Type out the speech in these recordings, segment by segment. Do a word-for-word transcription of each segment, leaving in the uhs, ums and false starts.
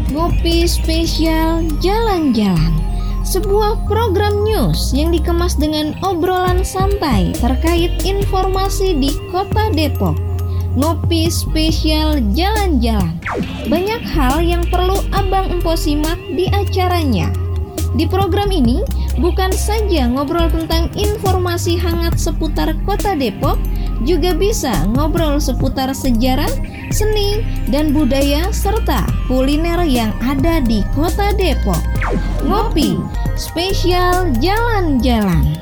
Ngopi Spesial Jalan-Jalan, sebuah program news yang dikemas dengan obrolan santai terkait informasi di Kota Depok. Ngopi Spesial Jalan-Jalan, banyak hal yang perlu Abang Empo simak di acaranya. Di program ini bukan saja ngobrol tentang informasi hangat seputar Kota Depok, juga bisa ngobrol seputar sejarah, seni, dan budaya serta kuliner yang ada di Kota Depok. Ngopi Spesial Jalan-Jalan.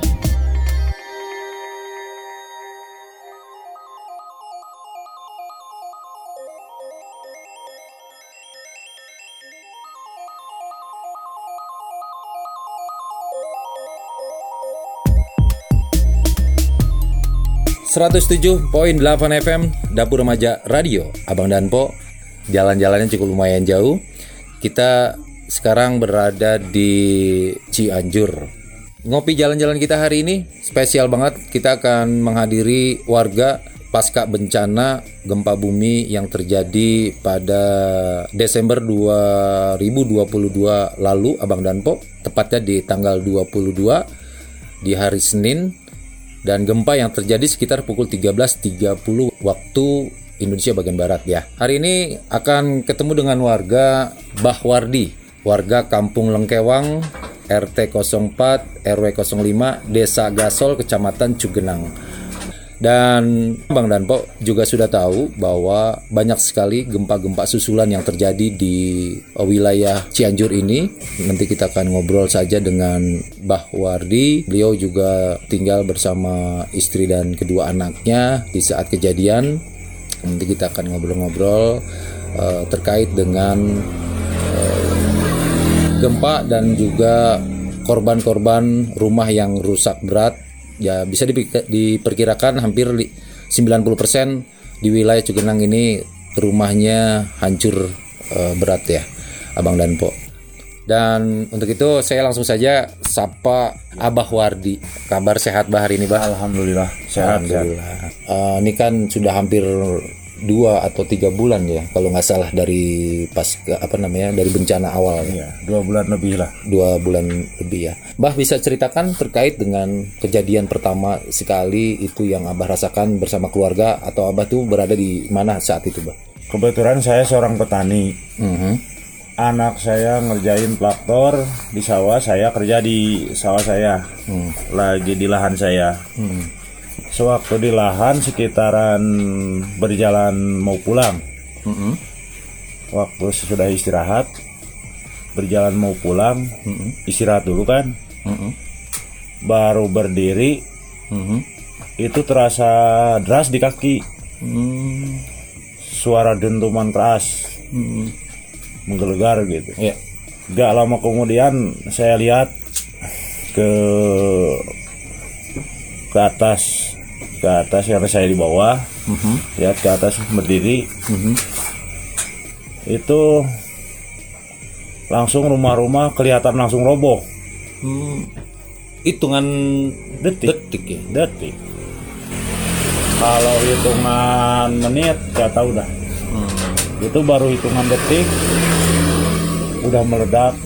seratus tujuh koma delapan F M Dapur Remaja Radio Abang dan Po. Jalan-jalannya cukup lumayan jauh. Kita sekarang berada di Cianjur. Ngopi jalan-jalan kita hari ini spesial banget. Kita akan menghadiri warga pasca bencana gempa bumi yang terjadi pada Desember dua ribu dua puluh dua lalu, Abang dan Po. Tepatnya di tanggal dua puluh dua di hari Senin. Dan gempa yang terjadi sekitar pukul tiga belas tiga puluh waktu Indonesia bagian Barat ya. Hari ini akan ketemu dengan warga Mbah Wardi, warga Kampung Lengkewang, R T nol empat R W nol lima, Desa Gasol, Kecamatan Cugenang. Dan Bang dan Po juga sudah tahu bahwa banyak sekali gempa-gempa susulan yang terjadi di wilayah Cianjur ini. Nanti kita akan ngobrol saja dengan Mbah Wardi. Beliau juga tinggal bersama istri dan kedua anaknya di saat kejadian. Nanti kita akan ngobrol-ngobrol uh, terkait dengan uh, gempa dan juga korban-korban rumah yang rusak berat. Ya, bisa diperkirakan hampir sembilan puluh persen di wilayah Cugenang ini rumahnya hancur e, berat ya, Abang dan Po. Dan untuk itu saya langsung saja sapa Abah Wardi. Kabar sehat Bah hari ini, Bah? Alhamdulillah sehat. Alhamdulillah. E, ini kan sudah hampir dua atau tiga bulan ya, kalau nggak salah dari pas apa namanya dari bencana awal. Iya, dua bulan lebih lah. Dua bulan lebih ya. Bah, bisa ceritakan terkait dengan kejadian pertama sekali itu yang Abah rasakan bersama keluarga, atau Abah tuh berada di mana saat itu, Bah? Kebetulan saya seorang petani. Mm-hmm. Anak saya ngerjain traktor di sawah, saya kerja di sawah saya. Mm. Lagi di lahan saya. Mm. Sewaktu di lahan sekitaran berjalan mau pulang. Mm-hmm. Waktu sudah istirahat, berjalan mau pulang, mm-hmm. istirahat dulu kan. Mm-hmm. Baru berdiri, mm-hmm. itu terasa deras di kaki. Mm-hmm. Suara dentuman keras, mm-hmm. menggelegar gitu. Yeah. Gak lama kemudian saya lihat ke ke atas. Ke atas karena saya di bawah, uh-huh. lihat ke atas berdiri, uh-huh. itu langsung rumah-rumah kelihatan langsung roboh. Hmm. Hitungan detik, detik ya, detik. Kalau hitungan menit, nggak tahu dah. Hmm. Itu baru hitungan detik, udah meledak.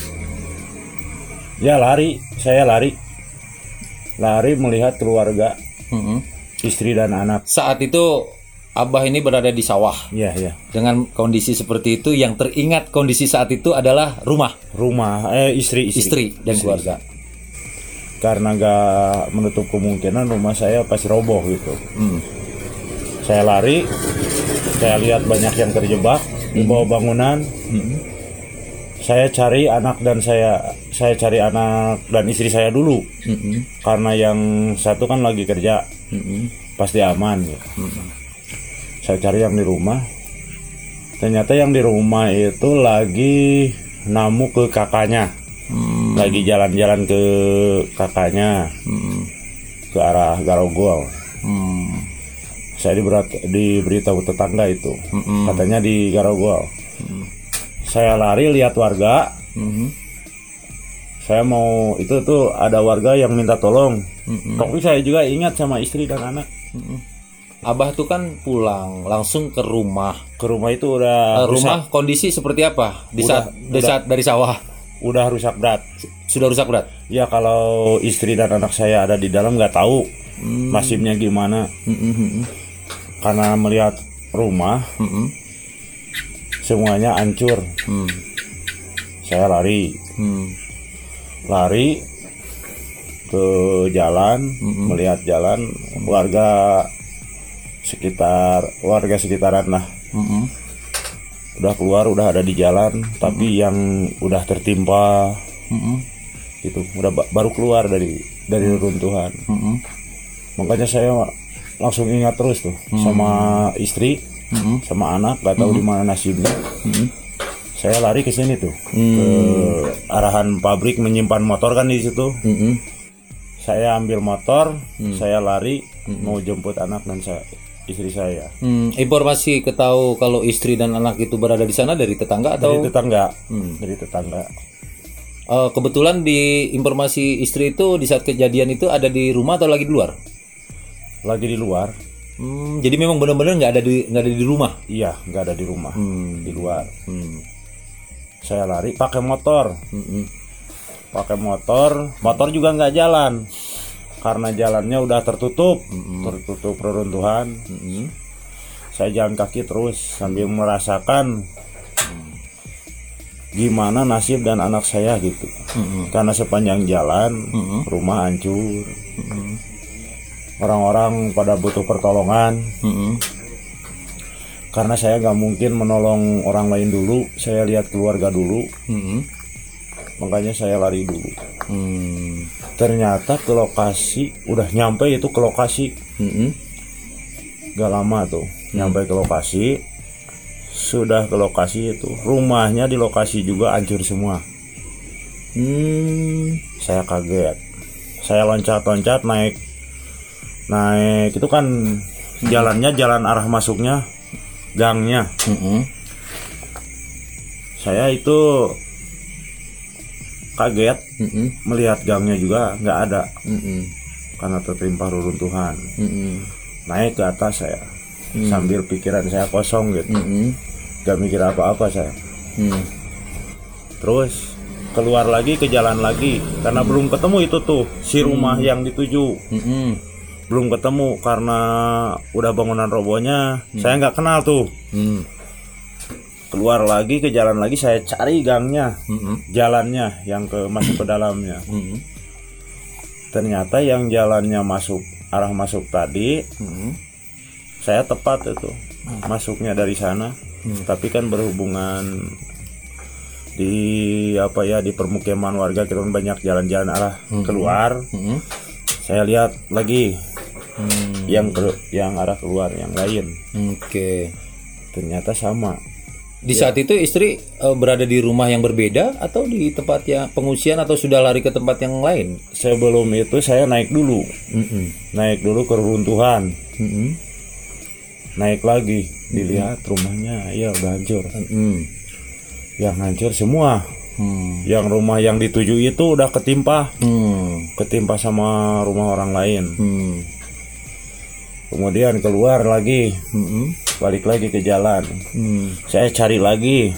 Ya lari, saya lari, lari melihat keluarga. Mm-hmm. Istri dan anak. Saat itu Abah ini berada di sawah. Iya, iya. Dengan kondisi seperti itu, yang teringat kondisi saat itu adalah rumah. Rumah, eh istri, istri, istri dan istri. Keluarga. Karena gak menutup kemungkinan rumah saya pasti roboh gitu. Mm. Saya lari, saya lihat banyak yang terjebak mm. di bawah bangunan. Mm. Saya cari anak dan saya saya cari anak dan istri saya dulu, mm-hmm. karena yang satu kan lagi kerja, mm-hmm. pasti aman. Gitu. Mm-hmm. Saya cari yang di rumah, ternyata yang di rumah itu lagi namu ke kakaknya, mm-hmm. lagi jalan-jalan ke kakaknya, mm-hmm. ke arah Garogol. Mm-hmm. Saya diberat, diberitahu tetangga itu, mm-hmm. katanya di Garogol. Mm-hmm. Saya lari lihat warga, mm-hmm. saya mau itu tuh ada warga yang minta tolong, mm-hmm. tapi saya juga ingat sama istri dan anak, mm-hmm. Abah tuh kan pulang langsung ke rumah. Ke rumah itu udah Uh, rumah rusak, kondisi seperti apa di Udah- saat di saat dari sawah? udah rusak berat. Sudah rusak berat. Ya kalau istri dan anak saya ada di dalam nggak tahu nasibnya gimana. Karena melihat rumah Mm-mm. semuanya hancur. Hmm. Saya lari, Hmm. lari ke jalan, melihat jalan warga sekitar, warga sekitaran lah. Mm-mm. Udah keluar, udah ada di jalan, tapi yang udah tertimpa Mm-mm. itu udah ba- baru keluar dari dari runtuhan. Mm-mm. Makanya saya langsung ingat terus tuh sama istri, sama anak, gak tahu di mana nasibnya. Saya lari ke sini tuh, ke arahan pabrik menyimpan motor kan di situ. Mm-mm. Saya ambil motor, saya lari mau jemput anak dan saya, istri saya. Hmm, informasi ketahui kalau istri dan anak itu berada di sana dari tetangga atau Dari tetangga, dari tetangga. Eh, kebetulan di informasi istri itu di saat kejadian itu ada di rumah atau lagi di luar? Lagi di luar. Hmm, jadi memang benar-benar nggak ada di nggak ada di rumah. Iya, nggak ada di rumah, di luar. Hmm. Saya lari pakai motor, Mm-mm. pakai motor, motor juga nggak jalan karena jalannya udah tertutup, tertutup reruntuhan. Mm-mm. Saya jalan kaki terus sambil merasakan gimana nasib dan anak saya gitu. Karena sepanjang jalan rumah hancur, orang-orang pada butuh pertolongan. Mm-mm. Karena saya nggak mungkin menolong orang lain dulu, saya lihat keluarga dulu, Mm-mm. makanya saya lari dulu. Hmm. Ternyata ke lokasi, udah nyampe itu ke lokasi, Mm-mm. gak lama tuh nyampe ke lokasi. Sudah ke lokasi itu, rumahnya di lokasi juga hancur semua. Hmm. Saya kaget, saya loncat-loncat naik, naik itu kan jalannya jalan arah masuknya, gangnya. Mm-mm. Saya itu kaget Mm-mm. melihat gangnya juga nggak ada Mm-mm. karena tertimpa reruntuhan. Mm-mm. Naik ke atas saya sambil pikiran saya kosong gitu, Mm-mm. gak mikir apa-apa saya. Mm. Terus keluar lagi ke jalan lagi karena belum ketemu itu tuh si rumah yang dituju, Mm-mm. belum ketemu karena udah bangunan robohnya. Saya nggak kenal tuh. Mm. Keluar lagi ke jalan lagi, saya cari gangnya, Mm-mm. jalannya yang ke masuk ke dalamnya. Mm-mm. Ternyata yang jalannya masuk, arah masuk tadi, Mm-mm. saya tepat itu masuknya dari sana. Tapi kan berhubungan di apa ya, di permukiman warga kita kan banyak jalan-jalan arah keluar. Mm-mm. Saya lihat lagi yang ke, yang arah keluar yang lain, Oke. ternyata sama. Di saat itu istri eh, berada di rumah yang berbeda atau di tempat yang pengungsian atau sudah lari ke tempat yang lain? Sebelum itu saya naik dulu, Mm-mm. naik dulu ke runtuhan, Mm-mm. naik lagi dilihat rumahnya ya udah hancur, Mm-mm. yang hancur semua. Hmm. Yang rumah yang dituju itu udah ketimpa, Hmm. ketimpa sama rumah orang lain. Hmm. Kemudian keluar lagi, Mm-mm. balik lagi ke jalan. Hmm. Saya cari lagi.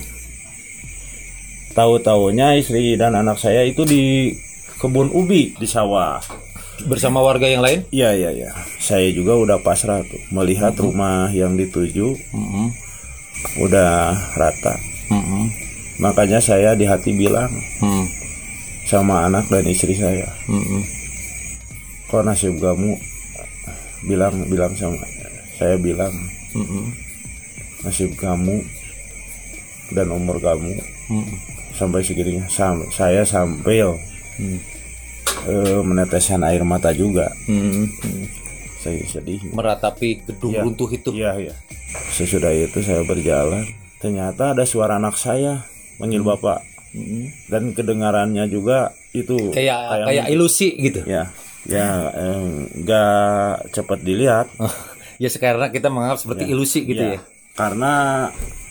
Tahu-taunya istri dan anak saya itu di kebun ubi di sawah. Bersama warga yang lain? Iya iya iya. Saya juga udah pasrah tuh melihat rumah yang dituju Mm-mm. udah rata. Mm-mm. Makanya saya di hati bilang Hmm. sama anak dan istri saya, Mm-mm. kok nasib kamu, bilang bilang sama saya bilang Mm-mm. nasib kamu dan umur kamu Mm-mm. sampai segininya. Sam, saya sampai Hmm. eh, meneteskan air mata juga. Mm-mm. Saya sedih. Meratapi gedung Iya. runtuh itu. Iya iya. Sesudah itu saya berjalan, ternyata ada suara anak saya manggil bapak, Mm-mm. dan kedengarannya juga itu Kayak kayak ilusi gitu. ya ya eh, nggak cepat dilihat. Ya sekarang kita menganggap seperti ilusi gitu ya. Karena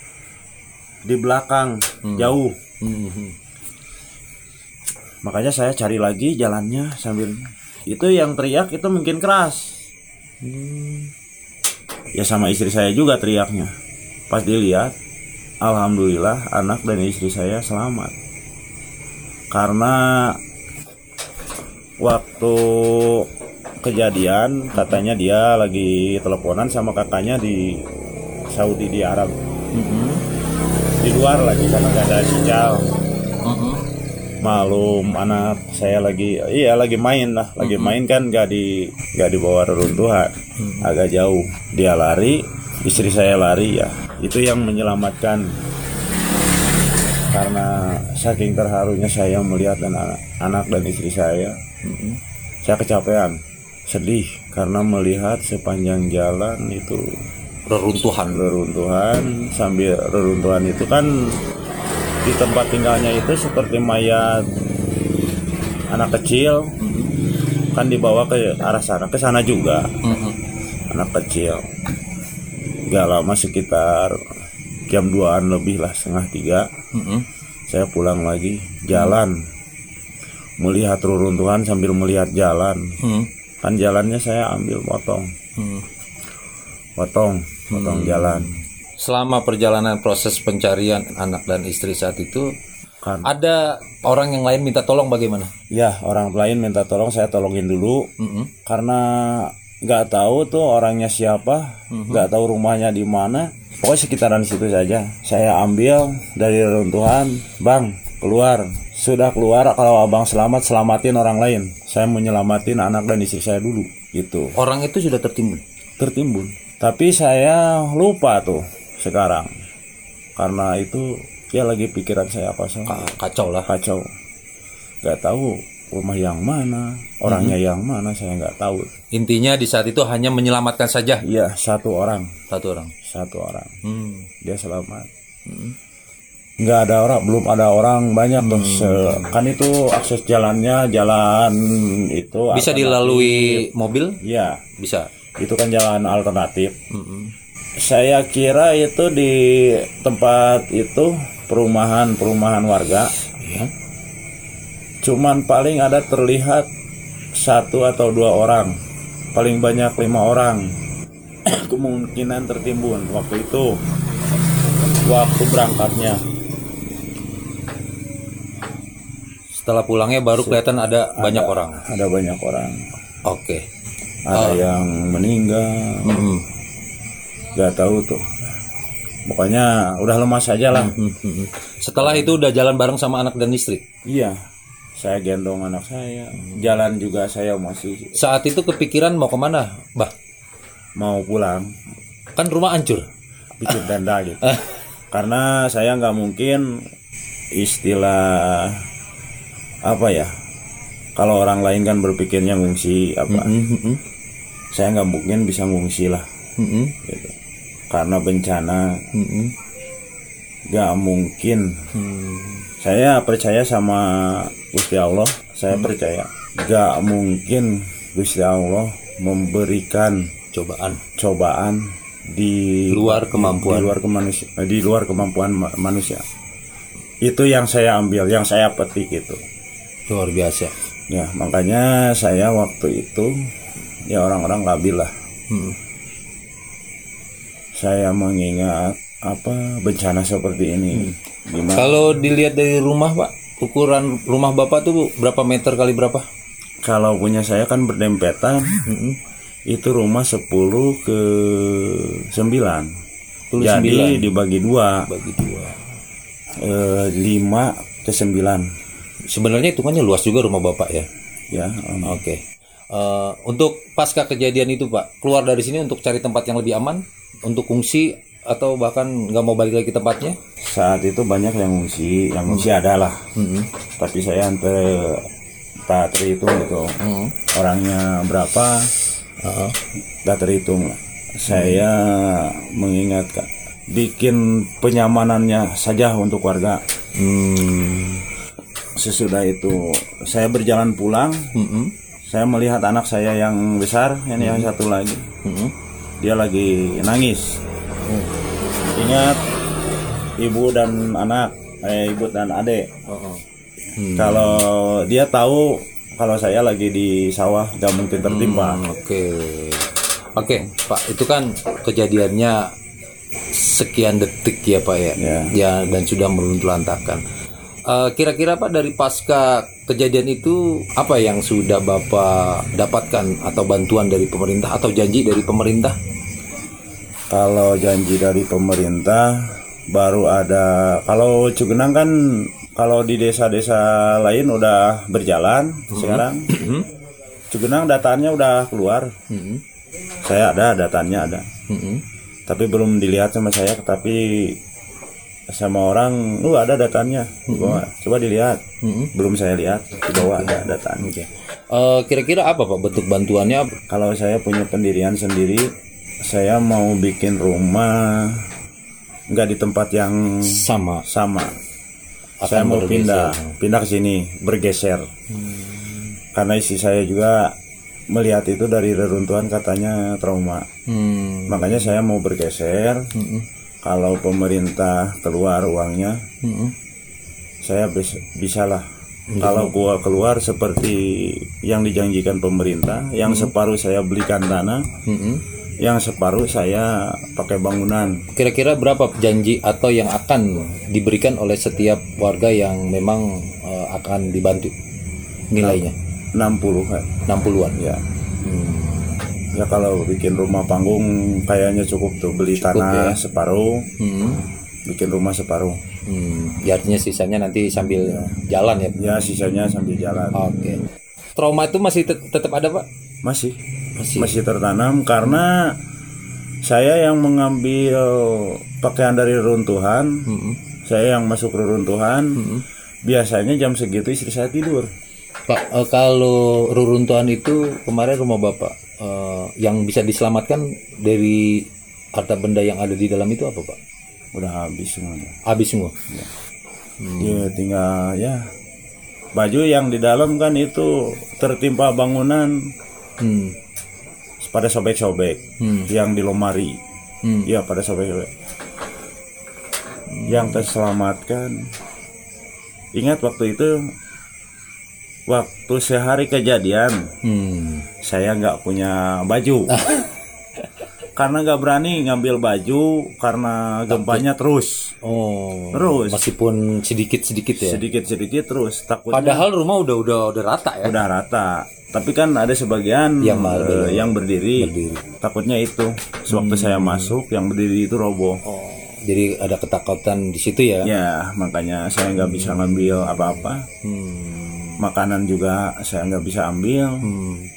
di belakang jauh. Mm-mm. Makanya saya cari lagi jalannya sambil itu yang teriak itu mungkin keras. Ya sama istri saya juga teriaknya. Pas dilihat, alhamdulillah anak dan istri saya selamat. Karena waktu kejadian katanya dia lagi teleponan sama kakaknya di Saudi, di Arab. Mm-hmm. Di luar lagi karena gak ada sinyal. Mm-hmm. Malum anak saya lagi iya lagi main lah, lagi mm-hmm. main kan gak di gak dibawa reruntuhan. Mm-hmm. Agak jauh. Dia lari, istri saya lari ya. Itu yang menyelamatkan. Karena saking terharunya saya melihat dan anak, anak dan istri saya. Mm-hmm. Saya kecapean, sedih karena melihat sepanjang jalan itu reruntuhan reruntuhan sambil reruntuhan itu kan di tempat tinggalnya itu seperti mayat anak kecil, mm-hmm. kan dibawa ke arah sana, ke sana juga, mm-hmm. anak kecil. Gak lama sekitar jam duaan lebih lah, setengah tiga, mm-hmm. saya pulang lagi jalan, mm-hmm. melihat reruntuhan sambil melihat jalan, mm-hmm. kan jalannya saya ambil potong, mm-hmm. potong, potong mm-hmm. jalan. Selama perjalanan proses pencarian anak dan istri saat itu, kan ada orang yang lain minta tolong bagaimana? Ya, orang lain minta tolong, saya tolongin dulu, mm-hmm. karena nggak tahu tuh orangnya siapa, nggak mm-hmm. tahu rumahnya di mana. Pokoknya sekitaran situ saja. Saya ambil dari reruntuhan, bang keluar. Sudah keluar, kalau abang selamat, selamatin orang lain. Saya menyelamatin anak dan istri saya dulu. Gitu. Orang itu sudah tertimbun? Tertimbun. Tapi saya lupa tuh sekarang. Karena itu ya lagi pikiran saya apa sih? Kacau lah. Kacau. Gak tahu rumah yang mana, orangnya mm-hmm. yang mana, saya nggak tahu. Intinya di saat itu hanya menyelamatkan saja. Iya, satu orang. Satu orang. Satu orang. Hmm. Dia selamat. Hmm. Nggak ada orang, belum ada orang banyak hmm. terus kan itu akses jalannya jalan itu. Bisa dilalui mobil? Iya. Bisa. Itu kan jalan alternatif. Hmm. Saya kira itu di tempat itu perumahan-perumahan warga. Ya. Cuman paling ada terlihat satu atau dua orang, paling banyak lima orang. Kemungkinan tertimbun waktu itu, waktu berangkatnya. Setelah pulangnya baru kelihatan ada, ada banyak orang. Ada banyak orang. Oke. Ada uh. yang meninggal. Mm-hmm. Gak tahu tuh. Pokoknya udah lemas aja lah. Mm-hmm. Setelah itu udah jalan bareng sama anak dan istri. Iya. Saya gendong anak saya, jalan juga saya masih. Saat itu kepikiran mau kemana, Bah? Mau pulang. Kan rumah hancur. Bikin tenda gitu. Karena saya nggak mungkin istilah apa ya? Kalau orang lain kan berpikirnya ngungsi apa? Mm-hmm. Saya nggak mungkin bisa ngungsi lah. Mm-hmm. Gitu. Karena bencana, mm-hmm. nggak mungkin. Mm. Saya percaya sama Gusti Allah. Saya hmm. percaya gak mungkin Gusti Allah memberikan cobaan cobaan di luar kemampuan di luar kemanusia, di luar kemampuan manusia. Itu yang saya ambil, yang saya petik itu. Luar biasa. Ya, makanya saya waktu itu ya orang-orang labil lah. Hmm. Saya mengingat apa bencana seperti ini. Hmm. Gimana? Kalau dilihat dari rumah, Pak, ukuran rumah Bapak tuh berapa meter kali berapa? Kalau punya saya kan berdempetan, mm-hmm. itu rumah sepuluh ke sembilan. Jadi sembilan. Dibagi dua. Bagi dua. E, lima ke sembilan. Sebenarnya hitungannya luas juga rumah Bapak ya? Ya. Um. Oke. Okay. Uh, untuk pasca kejadian itu, Pak, keluar dari sini untuk cari tempat yang lebih aman, untuk fungsi atau bahkan nggak mau balik lagi ke tempatnya? Saat itu banyak yang ngungsi, yang ngungsi hmm. ada lah. Hmm. Tapi saya antar tak terhitung gitu. Hmm. Orangnya berapa? Uh-huh. Tak terhitung. Saya hmm. mengingatkan, bikin penyamanannya saja untuk warga. Hmm. Sesudah itu saya berjalan pulang. Hmm. Saya melihat anak saya yang besar, yang hmm. yang satu lagi. Hmm. Dia lagi nangis. Hmm. Ingat ibu dan anak, eh, ibu dan adik. Oh, oh. Hmm. Kalau dia tahu kalau saya lagi di sawah, gak mungkin tertimpa. Hmm, Oke. Okay. Oke, Pak, itu kan kejadiannya sekian detik ya, Pak ya. Ya. Ya, dan sudah meluntur-lantakan. Uh, kira-kira Pak dari pasca kejadian itu apa yang sudah Bapak dapatkan atau bantuan dari pemerintah atau janji dari pemerintah? Kalau janji dari pemerintah baru ada, kalau Cugenang kan kalau di desa-desa lain udah berjalan hmm. sekarang. Hmm. Cugenang datanya udah keluar. Hmm. Saya ada datanya ada. Hmm. Tapi belum dilihat sama saya, tapi sama orang, lu ada datanya, mm-hmm. coba dilihat, mm-hmm. belum saya lihat, di bawah ada datanya. Okay. Uh, kira-kira apa Pak bentuk bantuannya? Kalau saya punya pendirian sendiri, saya mau bikin rumah, nggak di tempat yang sama, sama. Akan saya mau bergeser. pindah, pindah ke sini, bergeser. Hmm. Karena istri saya juga melihat itu dari reruntuhan katanya trauma, hmm. makanya saya mau bergeser. Hmm. Kalau pemerintah keluar uangnya, mm-hmm. saya bis, bisalah. Mm-hmm. Kalau gua keluar seperti yang dijanjikan pemerintah, yang mm-hmm. separuh saya belikan tanah, mm-hmm. yang separuh saya pakai bangunan. Kira-kira berapa janji atau yang akan diberikan oleh setiap warga yang memang uh, akan dibantu nilainya? enam puluh kan? enam puluhan ya. Hmm. Ya kalau bikin rumah panggung kayaknya cukup tuh, beli cukup, tanah ya? Separuh, hmm. bikin rumah separuh. Hmm. Ya, artinya sisanya nanti sambil ya. jalan ya? Ya sisanya sambil jalan. Oke. Okay. Trauma itu masih tet- tetap ada Pak? Masih. Masih. Masih tertanam karena saya yang mengambil pakaian dari reruntuhan, hmm. saya yang masuk reruntuhan. Hmm. Biasanya jam segitu istri saya tidur. Pak, uh, kalau reruntuhan itu kemarin rumah Bapak Uh, yang bisa diselamatkan dari harta benda yang ada di dalam itu apa Pak? Udah habis semuanya. Habis semua? Ya. Hmm. Ya tinggal ya baju yang di dalam kan itu tertimpa bangunan, hmm. pada sobek-sobek, hmm. yang di lemari, hmm. ya pada sobek-sobek. Hmm. Yang terselamatkan, ingat waktu itu. Waktu sehari kejadian, hmm. saya nggak punya baju, karena nggak berani ngambil baju karena gempanya terus. Oh, terus. Meskipun sedikit-sedikit ya. Sedikit-sedikit terus. Takutnya. Padahal rumah udah udah udah rata ya. Udah rata, tapi kan ada sebagian yang, uh, yang berdiri. berdiri. Takutnya itu. Sewaktu hmm. saya masuk, yang berdiri itu roboh. Oh, jadi ada ketakutan di situ ya? Ya, makanya saya nggak bisa ngambil apa-apa. Hmm. Makanan juga saya nggak bisa ambil. Hmm.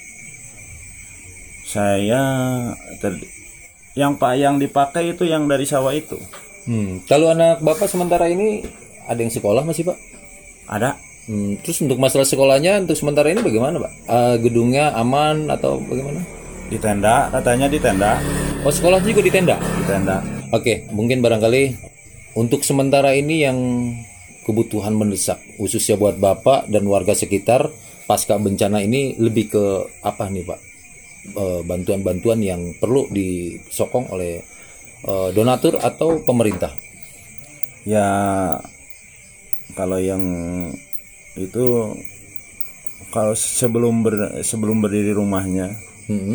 Saya ter... yang pak yang dipakai itu yang dari sawah itu. Hmm. Kalau anak Bapak sementara ini ada yang sekolah masih Pak? Ada. Hmm. Terus untuk masalah sekolahnya untuk sementara ini bagaimana Pak? Uh, gedungnya aman atau bagaimana? Di tenda, katanya di tenda. Oh, sekolah juga di tenda? Di tenda. Oke, mungkin barangkali untuk sementara ini yang kebutuhan mendesak khususnya buat Bapak dan warga sekitar pasca bencana ini lebih ke apa nih Pak? E, bantuan-bantuan yang perlu disokong oleh e, donatur atau pemerintah? Ya kalau yang itu kalau sebelum ber, sebelum berdiri rumahnya, mm-hmm.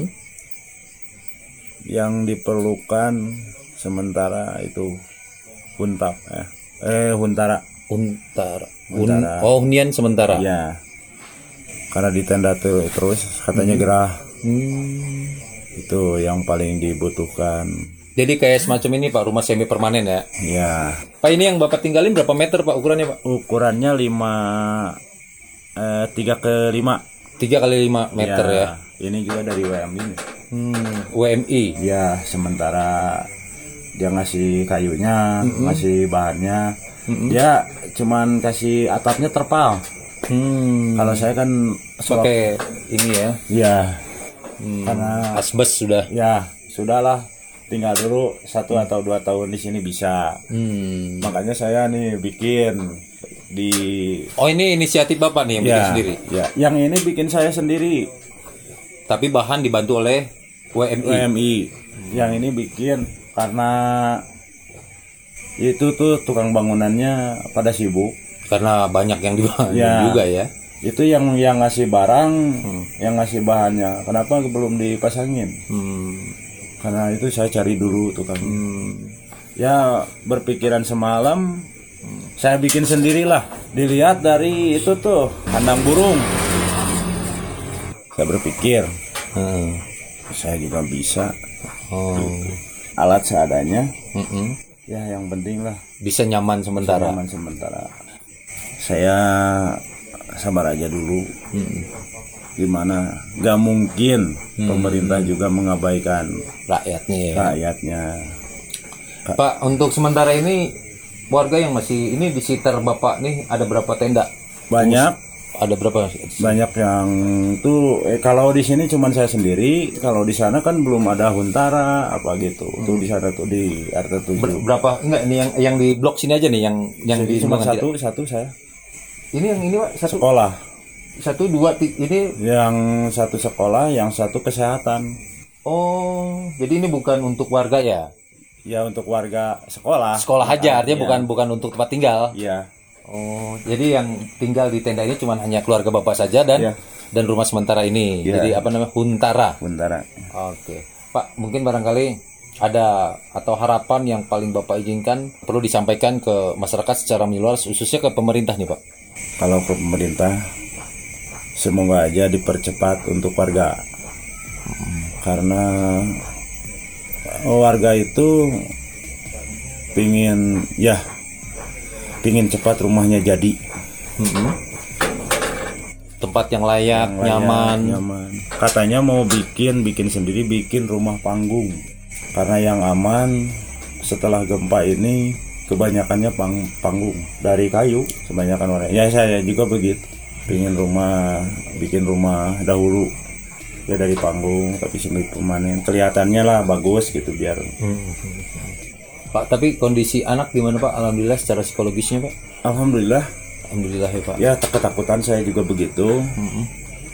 yang diperlukan sementara itu huntap eh, eh huntara. Untara. Un- oh, hunian sementara. Iya. Karena di tenda tuh terus katanya hmm. gerah. Hmm. Itu yang paling dibutuhkan. Jadi kayak semacam ini Pak, rumah semi permanen ya? Iya. Pak, ini yang Bapak tinggalin berapa meter Pak ukurannya Pak? Ukurannya lima eh, tiga ke lima. tiga kali lima meter ya. ya. Ini juga dari W M I. Hmm, W M I. Ya, sementara dia ngasih kayunya, mm-hmm. ngasih bahannya. Mm-hmm. Dia cuman kasih atapnya terpal. Hmm. Kalau saya kan pakai ini ya. Iya. Hmm. Karena asbes sudah. Ya, sudahlah. Tinggal dulu satu hmm. atau dua tahun di sini bisa. Hmm. Makanya saya nih bikin di. Oh, ini inisiatif Bapak nih yang ya, bikin sendiri. Ya. Yang ini bikin saya sendiri. Tapi bahan dibantu oleh W M I. W M I. Yang ini bikin karena itu tuh tukang bangunannya pada sibuk. Karena banyak yang dibangun ya, juga ya. Itu yang yang ngasih barang, hmm. yang ngasih bahannya. Kenapa belum dipasangin? Hmm. Karena itu saya cari dulu tuh kan. Hmm. Ya berpikiran semalam, hmm. saya bikin sendirilah. Dilihat dari itu tuh kandang burung. Saya berpikir, hmm. saya juga bisa. Oh. Gitu. Alat seadanya. Hmm. Ya yang penting lah. Bisa nyaman sementara. Bisa nyaman sementara. Saya sabar aja dulu. Hmm. Gimana? Gak mungkin hmm. pemerintah juga mengabaikan rakyatnya. Ya. Rakyatnya. Pak, untuk sementara ini warga yang masih ini di sekitar Bapak nih ada berapa tenda? Banyak. Ada berapa? Banyak yang tuh. Eh, kalau di sini cuma saya sendiri. Kalau di sana kan belum ada Huntara apa gitu. Hmm. Tuh di sana tuh di R T tujuh. Ber- berapa? Enggak, ini yang yang di blok sini aja nih yang yang Jadi di cuma satu tidak? satu saya. Ini yang ini Pak satu sekolah. Satu dua ini yang satu sekolah, yang satu kesehatan. Oh, jadi ini bukan untuk warga ya? Ya untuk warga sekolah. Sekolah aja, artinya ya. bukan bukan untuk tempat tinggal. Iya. Oh, jadi yang tinggal di tenda ini cuma hanya keluarga Bapak saja dan ya. dan rumah sementara ini. Ya. Jadi apa namanya? Huntara. Huntara. Oke. Pak, mungkin barangkali ada atau harapan yang paling Bapak izinkan perlu disampaikan ke masyarakat secara menyeluruh, khususnya ke pemerintah nih Pak. Kalau ke pemerintah, semoga aja dipercepat untuk warga. Hmm. Karena warga itu pingin, ya, pingin cepat rumahnya jadi. Hmm. Tempat yang layak, yang layak nyaman. nyaman. Katanya mau bikin, bikin sendiri, bikin rumah panggung. Karena yang aman setelah gempa ini kebanyakannya pang, panggung dari kayu, kebanyakan orang. Ya saya juga begitu. Pingin rumah, bikin rumah dahulu ya dari panggung, tapi semi permanen. Kelihatannya lah bagus gitu biar. Hmm. Pak, tapi kondisi anak gimana Pak? Alhamdulillah secara psikologisnya Pak. Alhamdulillah. Alhamdulillah ya Pak. Ya ketakutan saya juga begitu. Hmm.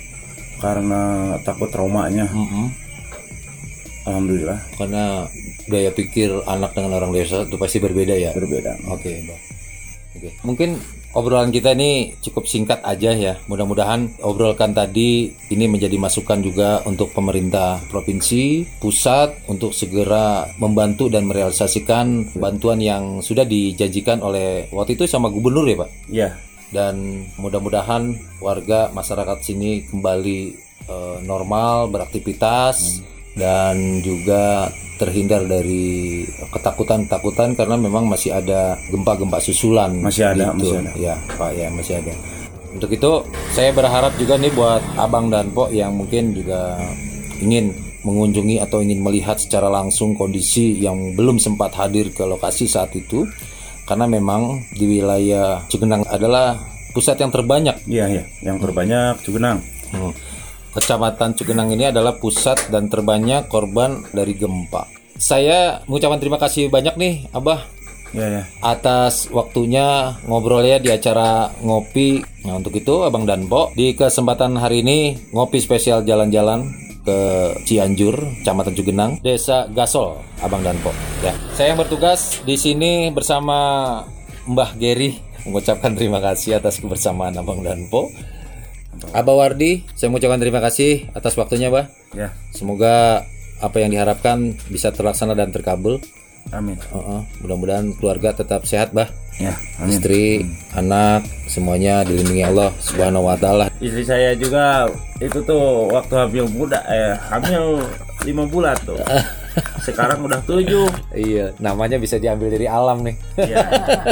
Karena takut traumanya. Hmm. Alhamdulillah. Karena gaya pikir anak dengan orang dewasa itu pasti berbeda ya. Berbeda. Oke, okay, Pak. Oke. Okay. Mungkin obrolan kita ini cukup singkat aja ya. Mudah-mudahan obrolkan tadi ini menjadi masukan juga untuk pemerintah provinsi, pusat untuk segera membantu dan merealisasikan bantuan yang sudah dijanjikan oleh waktu itu sama gubernur ya, Pak. Iya. Dan mudah-mudahan warga masyarakat sini kembali eh, normal beraktivitas. Hmm. Dan juga terhindar dari ketakutan-ketakutan karena memang masih ada gempa-gempa susulan. Masih ada, gitu. masih ada. Ya, Pak, ya masih ada. Untuk itu saya berharap juga nih buat Abang dan Pok yang mungkin juga ingin mengunjungi atau ingin melihat secara langsung kondisi yang belum sempat hadir ke lokasi saat itu, karena memang di wilayah Cugenang adalah pusat yang terbanyak. Iya, iya, yang terbanyak Cugenang. Hmm. Kecamatan Cugenang ini adalah pusat dan terbanyak korban dari gempa. Saya mengucapkan terima kasih banyak nih Abah ya, ya. atas waktunya ngobrolnya di acara ngopi. Nah untuk itu Abang dan Pok di kesempatan hari ini ngopi spesial jalan-jalan ke Cianjur, Kecamatan Cugenang, Desa Gasol, Abang dan Pok. Ya, saya yang bertugas di sini bersama Mbah Geri mengucapkan terima kasih atas kebersamaan Abang dan Pok. Abah Wardi, saya mengucapkan terima kasih atas waktunya, Bah. Ya. Semoga apa yang diharapkan bisa terlaksana dan terkabul. Amin. Uh-uh. Mudah-mudahan keluarga tetap sehat, Bah. Ya, amin. Istri, hmm. anak, semuanya dilindungi Allah Subhanahu wa taala. Istri saya juga itu tuh waktu hamil muda eh hamil lima bulan tuh. Sekarang udah tujuh. Iya, namanya bisa diambil dari alam nih. Iya.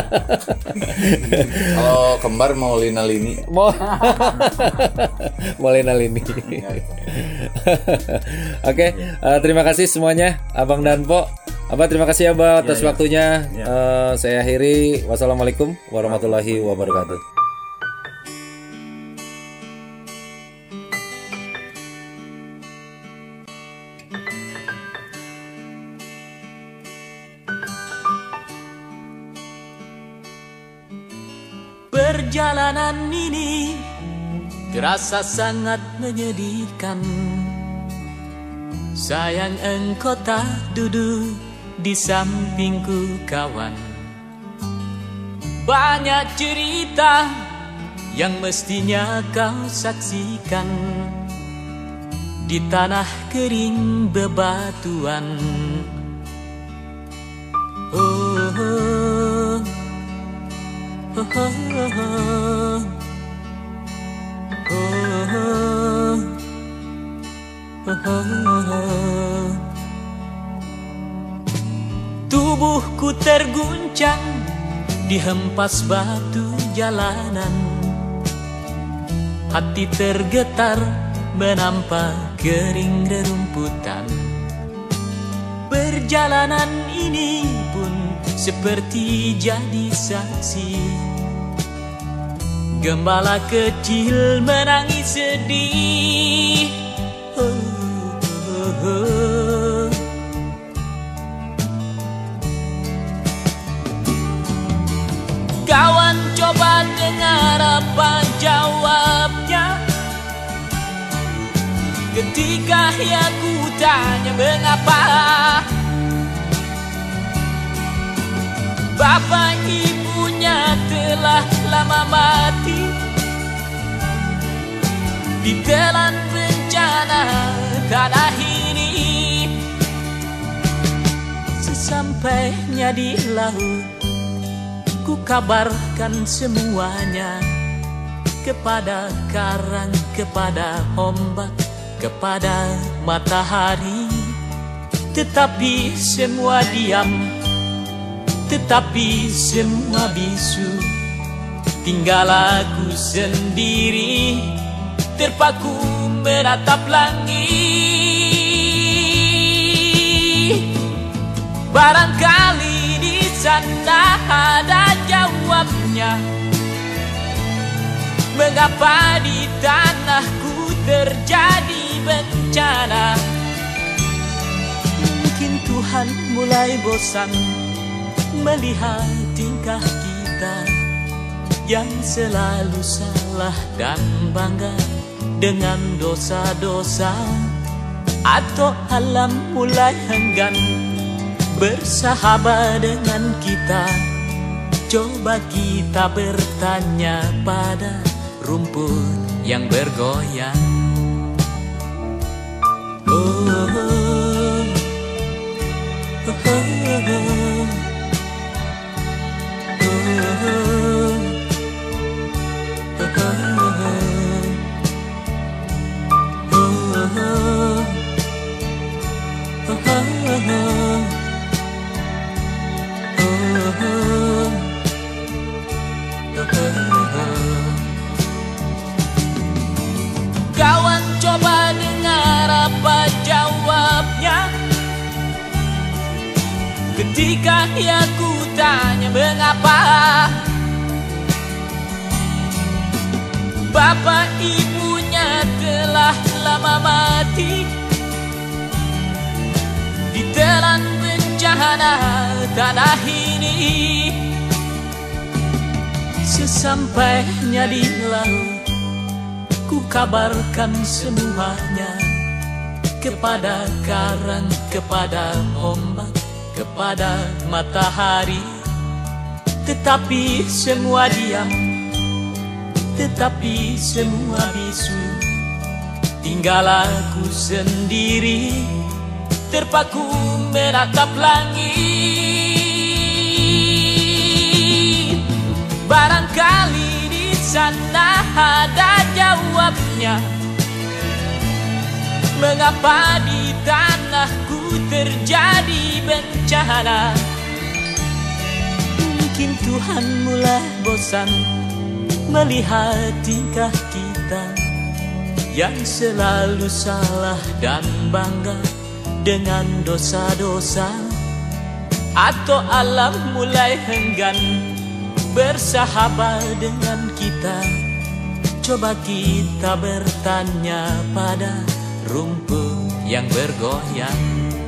Kalau kembar mau Lina Lini. Mau mau Lina Lini. Oke, uh, terima kasih semuanya Abang dan Pok. Abah terima kasih Abah atas ya, ya. waktunya. Ya. Uh, saya akhiri. Wassalamualaikum warahmatullahi wabarakatuh. Perjalanan ini terasa sangat menyedihkan. Sayang engkau tak duduk di sampingku kawan. Banyak cerita yang mestinya kau saksikan di tanah kering bebatuan. Oh, oh, oh, oh, oh, oh, oh, oh. Tubuhku terguncang dihempas batu jalanan, hati tergetar menampak kering rerumputan. Perjalanan ini pun seperti jadi saksi, gembala kecil menangis sedih. Oh, oh, oh. Kawan coba dengar apa jawabnya ketika aku tanya mengapa bapak ibunya telah lama mati ditelan bencana tanah ini. Sesampainya di laut, ku kabarkan semuanya kepada karang, kepada ombak, kepada matahari. Tetapi semua diam, tetapi semua bisu. Tinggal aku sendiri terpaku menatap langit. Barangkali di sana ada jawabnya, mengapa di tanahku terjadi bencana. Mungkin Tuhan mulai bosan melihat tingkah kita yang selalu salah dan bangga dengan dosa-dosa, atau alam mulai enggan bersahabat dengan kita. Coba kita bertanya pada rumput yang bergoyang. Oh, oh, oh, oh, oh. Kawan coba dengar apa jawabnya ketika aku tanya mengapa bapak ibunya telah lama mati ditelan bencana tanah ini. Sesampainya di laut, ku kabarkan semuanya kepada karang, kepada ombak, kepada matahari. Tetapi semua diam, tetapi semua bisu. Tinggal aku sendiri terpaku menatap langit. Barangkali di sana ada jawabnya, mengapa di tanahku terjadi bencana. Mungkin Tuhan mulai bosan melihat tingkah kita yang selalu salah dan bangga dengan dosa-dosa, atau alam mulai enggan bersahabat dengan kita. Coba kita bertanya pada rumput yang bergoyang.